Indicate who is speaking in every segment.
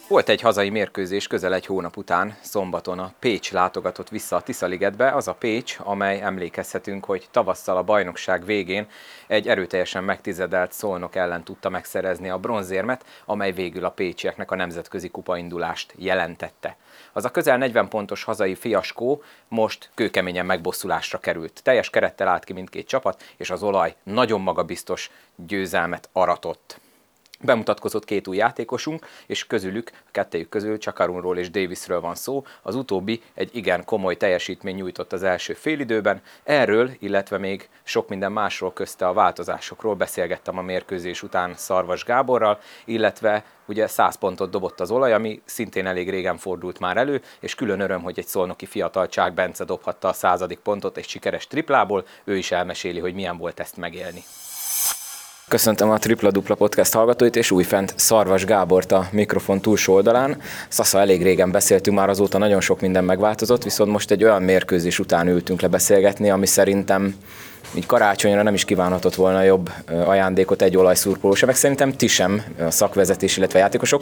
Speaker 1: Volt egy hazai mérkőzés közel egy hónap után, szombaton a Pécs látogatott vissza a Tiszaligetbe, az a Pécs, amely emlékezhetünk, hogy tavasszal a bajnokság végén egy erőteljesen megtizedelt Szolnok ellen tudta megszerezni a bronzérmet, amely végül a pécsieknek a nemzetközi kupaindulást jelentette. Az a közel 40 pontos hazai fiaskó most kőkeményen megbosszulásra került. Teljes kerettel állt ki mindkét csapat, és az olaj nagyon magabiztos győzelmet aratott. Bemutatkozott két új játékosunk, és közülük, a kettejük közül Chakarunról és Davisről van szó. Az utóbbi egy igen komoly teljesítmény nyújtott az első félidőben. Erről, illetve még sok minden másról, közte a változásokról beszélgettem a mérkőzés után Szarvas Gáborral, illetve ugye 100 pontot dobott az olaj, ami szintén elég régen fordult már elő, és külön öröm, hogy egy szolnoki fiatal Csák Bence dobhatta a 100. pontot egy sikeres triplából, ő is elmeséli, hogy milyen volt ezt megélni. Köszöntöm a Tripla Dupla Podcast hallgatóit, és újfent Szarvas Gábort a mikrofon túlsó oldalán. Szasza, elég régen beszéltünk, már azóta nagyon sok minden megváltozott, viszont most egy olyan mérkőzés után ültünk le beszélgetni, ami szerintem így karácsonyra nem is kívánhatott volna jobb ajándékot egy olajszurkoló sem, meg szerintem ti sem, a szakvezetés, illetve a játékosok.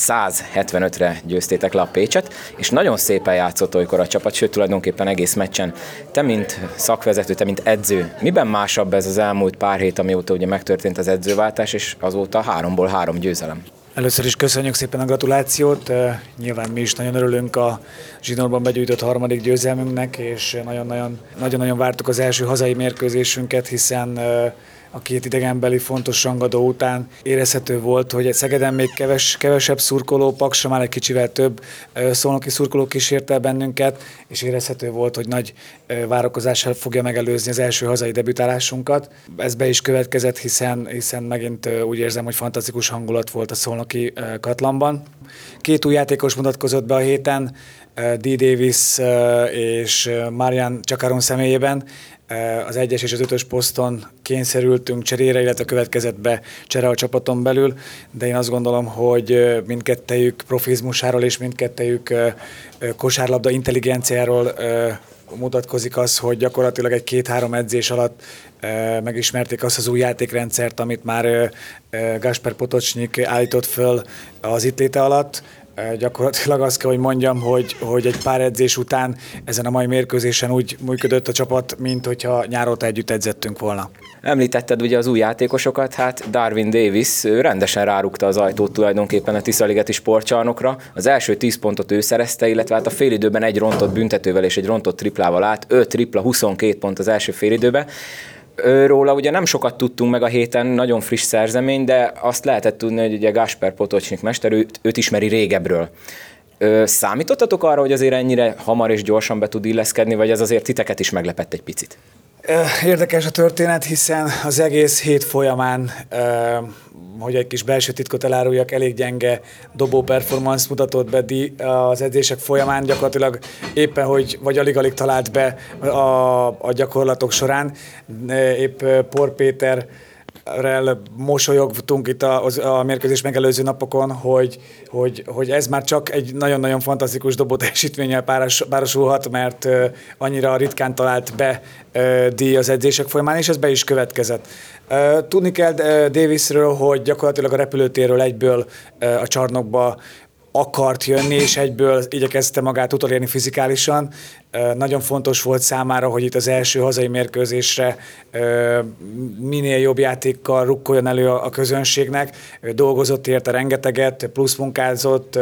Speaker 1: 175-re győztétek le a Pécset, és nagyon szépen játszott olykor a csapat, sőt tulajdonképpen egész meccsen. Te, mint szakvezető, te, mint edző, miben másabb ez az elmúlt pár hét, amióta ugye megtörtént az edzőváltás, és azóta 3-ból 3 győzelem?
Speaker 2: Először is köszönjük szépen a gratulációt, nyilván mi is nagyon örülünk a zsinórban begyűjtött 3. győzelmünknek, és nagyon-nagyon vártuk az első hazai mérkőzésünket, hiszen a két idegenbeli fontos rangadó után érezhető volt, hogy egy Szegeden még kevesebb szurkoló, Pakson már egy kicsivel több szolnoki szurkoló kísérte bennünket, és érezhető volt, hogy nagy várakozással fogja megelőzni az első hazai debütálásunkat. Ez be is következett, hiszen megint úgy érzem, hogy fantasztikus hangulat volt a szolnoki Katlanban. Két új játékos mutatkozott be a héten, D. Davis és Marian Chakarun személyében. Az 1-es és az 5-ös poszton kényszerültünk cserére, illetve következett be csere a csapaton belül, de én azt gondolom, hogy mindkettejük profizmusáról és mindkettejük kosárlabda intelligenciáról mutatkozik az, hogy gyakorlatilag egy 2-3 edzés alatt megismerték azt az új játékrendszert, amit már Gasper Potocsnyik állított föl az itt léte alatt. Gyakorlatilag azt kell, hogy mondjam, hogy egy pár edzés után ezen a mai mérkőzésen úgy működött a csapat, mint hogyha nyáróta együtt edzettünk volna.
Speaker 1: Említetted ugye az új játékosokat, hát Darwin Davis rendesen rárúgta az ajtót tulajdonképpen a Tiszaligeti sportcsarnokra. Az első 10 pontot ő szerezte, illetve hát a félidőben egy rontott büntetővel és egy rontott triplával állt, 5 tripla, 22 pont az első félidőben. Róla ugye nem sokat tudtunk meg a héten, nagyon friss szerzemény, de azt lehetett tudni, hogy ugye Gasper Potocsnyik mester, őt ismeri régebről. Számítottatok arra, hogy azért ennyire hamar és gyorsan be tud illeszkedni, vagy ez azért titeket is meglepett egy picit?
Speaker 2: Érdekes a történet, hiszen az egész hét folyamán, hogy egy kis belső titkot eláruljak, elég gyenge dobó performance mutatott be az edzések folyamán, gyakorlatilag éppen, hogy vagy alig-alig talált be a gyakorlatok során. Épp Por Péterrel mosolyogtunk itt a mérkőzés megelőző napokon, hogy ez már csak egy nagyon-nagyon fantasztikus dobó teljesítménnyel párosulhat, mert annyira ritkán talált be díj az edzések folyamán, és ez be is következett. Tudni kell Davisről, hogy gyakorlatilag a repülőtérről egyből a csarnokba akart jönni, és egyből igyekezte magát utolérni fizikálisan. Nagyon fontos volt számára, hogy itt az első hazai mérkőzésre minél jobb játékkal rukkoljon elő a közönségnek. Dolgozott érte rengeteget, plusz munkázott,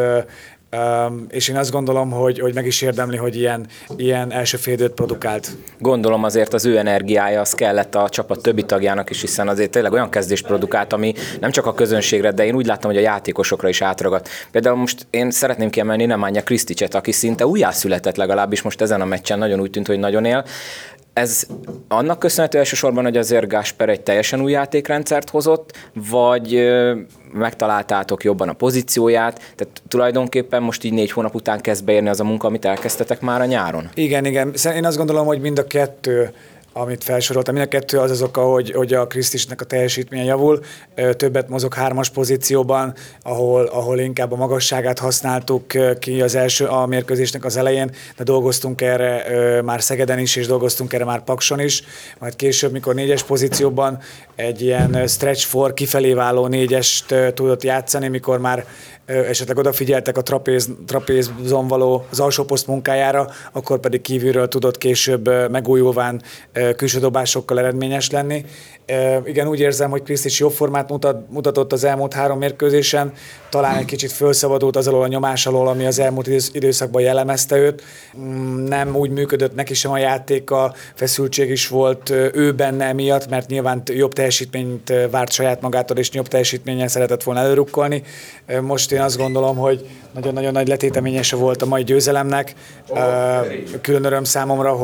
Speaker 2: és én azt gondolom, hogy meg is érdemli, hogy ilyen első félidőt produkált.
Speaker 1: Gondolom azért az ő energiája az kellett a csapat többi tagjának is, hiszen azért tényleg olyan kezdést produkált, ami nem csak a közönségre, de én úgy láttam, hogy a játékosokra is átragadt. Például most én szeretném kiemelni Nemanja Kristicet, aki szinte újjászületett, legalábbis most ezen a meccsen nagyon úgy tűnt, hogy nagyon él. Ez annak köszönhető elsősorban, hogy azért Gasper egy teljesen új játékrendszert hozott, vagy megtaláltátok jobban a pozícióját, tehát tulajdonképpen most így 4 hónap után kezd beérni az a munka, amit elkezdtetek már a nyáron?
Speaker 2: Igen. Én azt gondolom, hogy mind a kettő amit felsoroltam. Mind a kettő az az oka, hogy a Krisztisnek a teljesítménye javul. Többet mozog 3-as pozícióban, ahol inkább a magasságát használtuk ki a mérkőzésnek az elején, de dolgoztunk erre már Szegeden is, és dolgoztunk erre már Pakson is. Majd később, mikor 4-es pozícióban egy ilyen stretch for kifelé váló 4-est tudott játszani, mikor már esetleg odafigyeltek a trapézon való az alsó poszt munkájára, akkor pedig kívülről tudott később megújulván külső dobásokkal eredményes lenni. Igen, úgy érzem, hogy Krisztis jobb formát mutatott az elmúlt 3 mérkőzésen, talán egy kicsit felszabadult az alól a nyomás alól, ami az elmúlt időszakban jellemezte őt. Nem úgy működött neki sem a játék, a feszültség is volt ő benne emiatt, mert nyilván jobb teljesítményt várt saját magától, és jobb teljesítménnyel szeretett volna előrukkolni. Most én azt gondolom, hogy nagyon-nagyon nagy letéteményese volt a mai győzelemnek. Külön öröm számomra,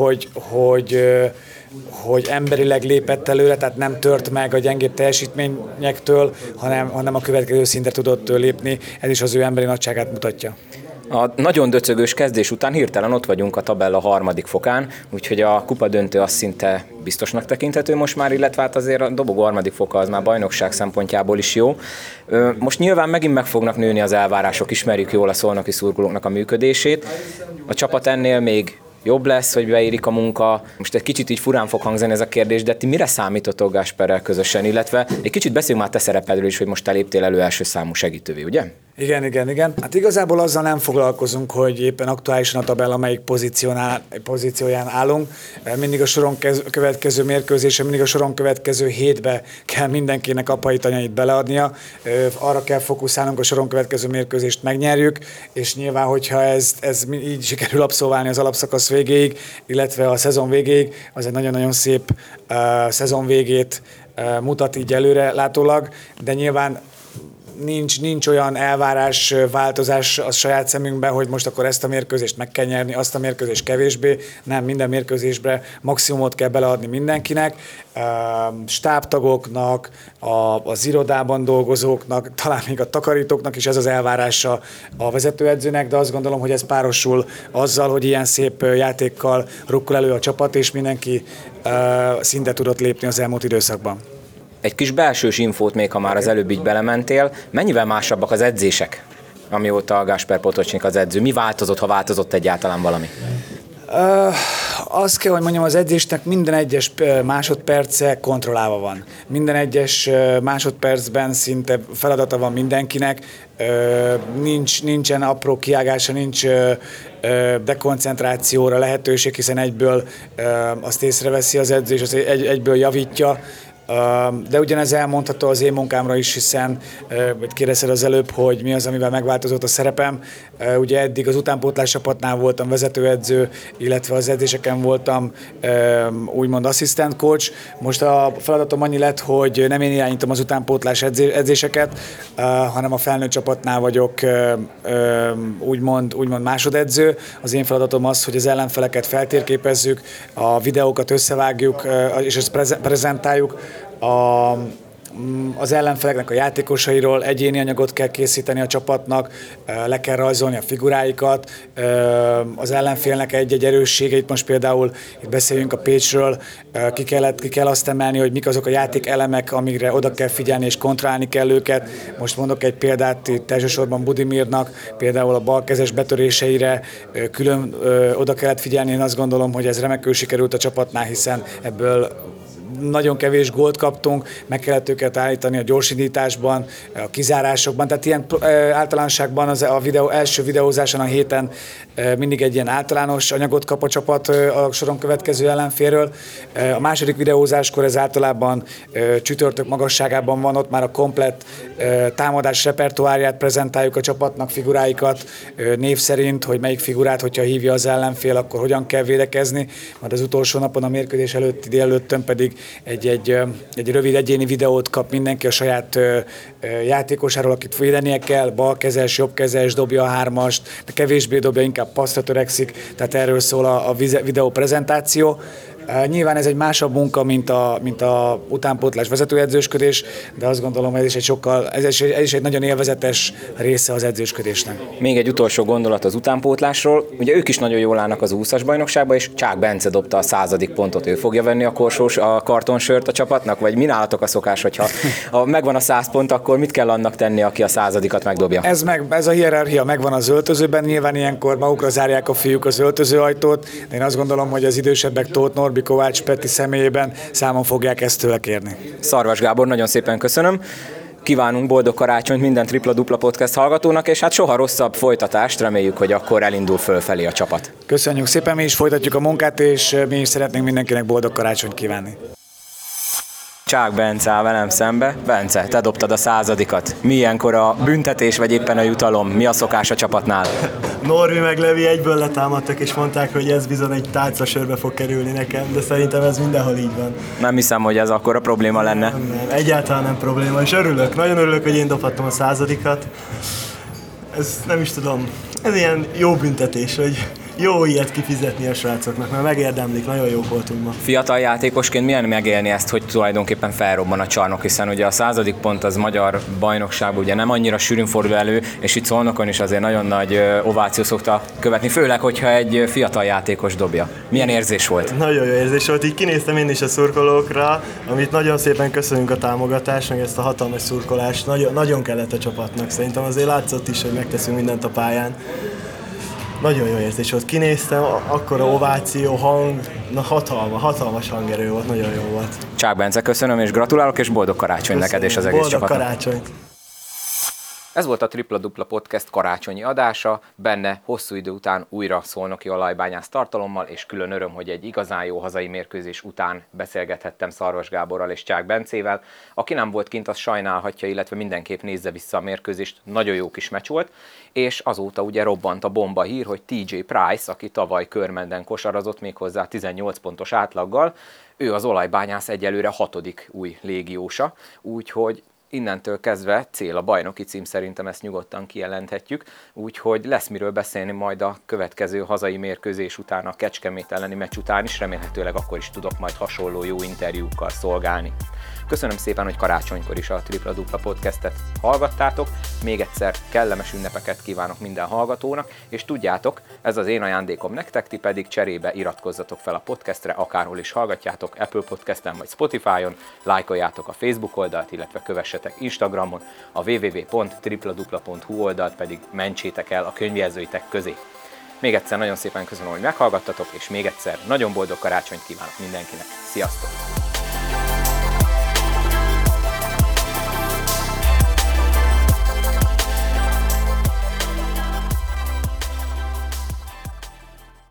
Speaker 2: hogy emberileg lépett előre, tehát nem tört meg a gyengébb teljesítményektől, hanem a következő szintre tudott lépni. Ez is az ő emberi nagyságát mutatja.
Speaker 1: A nagyon döcögős kezdés után hirtelen ott vagyunk a tabella 3. fokán, úgyhogy a kupadöntő az szinte biztosnak tekinthető most már, illetve hát azért a dobogó 3. foka az már bajnokság szempontjából is jó. Most nyilván megint meg fognak nőni az elvárások, ismerjük jól a szolnoki szurkolóknak a működését. A csapat ennél még jobb lesz, hogy beérik a munka. Most egy kicsit így furán fog hangzani ez a kérdés, de ti mire számítotok Gásperrel közösen, illetve egy kicsit beszéljünk már te szerepedről is, hogy most te léptél elő első számú segítővé, ugye?
Speaker 2: Igen. Hát igazából azzal nem foglalkozunk, hogy éppen aktuálisan a tabella melyik pozícióján állunk. Mindig a soron következő mérkőzésen, mindig a soron következő hétbe kell mindenkinek apait, anyait beleadnia. Arra kell fókuszálnunk, a soron következő mérkőzést megnyerjük, és nyilván, hogyha ez így sikerül abszolválni az alapszakasz végéig, illetve a szezon végéig, az egy nagyon-nagyon szép szezon végét mutat így előre látólag, de nyilván nincs olyan elvárás, változás a saját szemünkben, hogy most akkor ezt a mérkőzést meg kell nyerni, azt a mérkőzést kevésbé. Nem, minden mérkőzésbre maximumot kell beleadni mindenkinek, stábtagoknak, az irodában dolgozóknak, talán még a takarítóknak is ez az elvárása a vezetőedzőnek, de azt gondolom, hogy ez párosul azzal, hogy ilyen szép játékkal rukkol elő a csapat, és mindenki szintet tudott lépni az elmúlt időszakban.
Speaker 1: Egy kis belsős infót még, ha már az előbb így belementél. Mennyivel másabbak az edzések, amióta Gásper Potocsnik az edző? Mi változott, ha változott egyáltalán valami?
Speaker 2: Azt kell, hogy mondjam, az edzésnek minden egyes másodperce kontrollálva van. Minden egyes másodpercben szinte feladata van mindenkinek. Nincsen apró kiágása, nincs dekoncentrációra lehetőség, hiszen egyből azt észreveszi az edző, és egyből javítja. De ugyanez elmondható az én munkámra is, hiszen kérdezted az előbb, hogy mi az, amivel megváltozott a szerepem. Ugye eddig az utánpótlás csapatnál voltam vezetőedző, illetve az edzéseken voltam úgymond asszisztent coach. Most a feladatom annyi lett, hogy nem én irányítom az utánpótlás edzéseket, hanem a felnőtt csapatnál vagyok úgymond másodedző. Az én feladatom az, hogy az ellenfeleket feltérképezzük, a videókat összevágjuk, és ezt prezentáljuk. Az ellenfeleknek a játékosairól egyéni anyagot kell készíteni a csapatnak, le kell rajzolni a figuráikat, az ellenfélnek egy-egy erősségeit, most például itt beszéljünk a Pécsről, ki kell azt emelni, hogy mik azok a játékelemek, amikre oda kell figyelni és kontrollálni kell őket. Most mondok egy példát itt elsősorban Budimirnak, például a balkezes betöréseire külön oda kellett figyelni, én azt gondolom, hogy ez remekül sikerült a csapatnál, hiszen ebből nagyon kevés gólt kaptunk, meg kellett őket állítani a gyorsindításban, a kizárásokban, tehát ilyen általánosságban első videózáson a héten mindig egy ilyen általános anyagot kap a csapat a soron következő ellenfélről. A második videózáskor ez általában csütörtök magasságában van, ott már a komplett támadás repertoárját prezentáljuk a csapatnak, figuráikat név szerint, hogy melyik figurát, hogyha hívja az ellenfél, akkor hogyan kell védekezni. Majd az utolsó napon, a mérkőzés előtti délelőttön pedig egy rövid egyéni videót kap mindenki a saját játékosáról, akit védenie kell, balkezes, jobbkezes, dobja a hármast, de kevésbé dobja, inkább passzra törekszik, tehát erről szól a videó prezentáció. Nyilván ez egy másabb munka, mint a utánpótlás vezetőedzősködés, de azt gondolom, ez is egy nagyon élvezetes része az edzősködésnek.
Speaker 1: Még egy utolsó gondolat az utánpótlásról. Ugye ők is nagyon jól állnak az 20-as bajnokságban, és Csák Bence dobta a 100. pontot. Ő fogja venni a kartonsört a csapatnak? Vagy mi nálatok a szokás, hogyha megvan a 100 pont, akkor mit kell annak tenni, aki a 100-at megdobja?
Speaker 2: Ez a hierarchia megvan az öltözőben, nyilván ilyenkor magukra zárják a fiúk az öltözőajtót, de én azt gondolom, hogy az idősebbek Tóth Norbi, Kovács Peti személyében számon fogják ezt tőle kérni.
Speaker 1: Szarvas Gábor, nagyon szépen köszönöm. Kívánunk boldog karácsonyt minden Tripla-Dupla Podcast hallgatónak, és hát soha rosszabb folytatást, reméljük, hogy akkor elindul fölfelé a csapat.
Speaker 2: Köszönjük szépen, mi is folytatjuk a munkát, és mi is szeretnénk mindenkinek boldog karácsonyt kívánni.
Speaker 1: Csák Bence áll velem szembe. Bence, te dobtad a 100-at. Mi ilyenkor a büntetés, vagy éppen a jutalom? Mi a szokás a csapatnál?
Speaker 3: Norbi meg Levi egyből letámadtak, és mondták, hogy ez bizony egy tálca sörbe fog kerülni nekem, de szerintem ez mindenhol így van.
Speaker 1: Nem hiszem, hogy ez akkor a probléma lenne.
Speaker 3: Nem, egyáltalán nem probléma, és örülök, nagyon örülök, hogy én dobhattam a 100-at. Ez nem is tudom, ez ilyen jó büntetés, hogy jó ilyet kifizetni a srácoknak, mert megérdemlik, nagyon jók voltunk ma.
Speaker 1: Fiatal játékosként milyen megélni ezt, hogy tulajdonképpen felrobban a csarnok, hiszen ugye a 100. pont az magyar bajnokságban ugye nem annyira sűrűn fordul elő, és itt Szolnokon is azért nagyon nagy ováció szokta követni, főleg, hogyha egy fiatal játékos dobja. Milyen érzés volt?
Speaker 3: Nagyon jó érzés volt, így kinéztem én is a szurkolókra, amit nagyon szépen köszönünk a támogatást, meg ezt a hatalmas szurkolást, nagyon kellett a csapatnak, szerintem azért látszott is, hogy megteszünk mindent a pályán. Nagyon jó érzés volt. Kinéztem, akkora ováció, hang, hatalmas hangerő volt, nagyon jó volt.
Speaker 1: Csák Bence, köszönöm és gratulálok, és boldog karácsony neked és az egész csapatnak.
Speaker 3: Boldog karácsonyt!
Speaker 1: Ez volt a Tripla-Dupla Podcast karácsonyi adása, benne hosszú idő után újra szolnoki olajbányász tartalommal, és külön öröm, hogy egy igazán jó hazai mérkőzés után beszélgethettem Szarvas Gáborral és Csák Bencével. Aki nem volt kint, az sajnálhatja, illetve mindenképp nézze vissza a mérkőzést, nagyon jó kis meccs volt, és azóta ugye robbant a bomba hír, hogy TJ Price, aki tavaly Körmenden kosarazott méghozzá 18 pontos átlaggal, ő az olajbányász egyelőre 6. új légiósa, úgyhogy innentől kezdve cél a bajnoki cím, szerintem ezt nyugodtan kijelenthetjük, úgyhogy lesz miről beszélni majd a következő hazai mérkőzés után, a Kecskemét elleni meccs után is, remélhetőleg akkor is tudok majd hasonló jó interjúkkal szolgálni. Köszönöm szépen, hogy karácsonykor is a Tripla-Dupla Podcastet hallgattátok, még egyszer kellemes ünnepeket kívánok minden hallgatónak, és tudjátok, ez az én ajándékom nektek, ti pedig cserébe iratkozzatok fel a podcastre, akárhol is hallgatjátok, Apple Podcasten vagy Spotify-on, lájkoljátok a Facebook oldalt, illetve kövessetek Instagramon, a www.tripladupla.hu oldalt pedig mentsétek el a könyvjelzőitek közé. Még egyszer nagyon szépen köszönöm, hogy meghallgattatok, és még egyszer nagyon boldog karácsonyt kívánok mindenkinek. Sziasztok!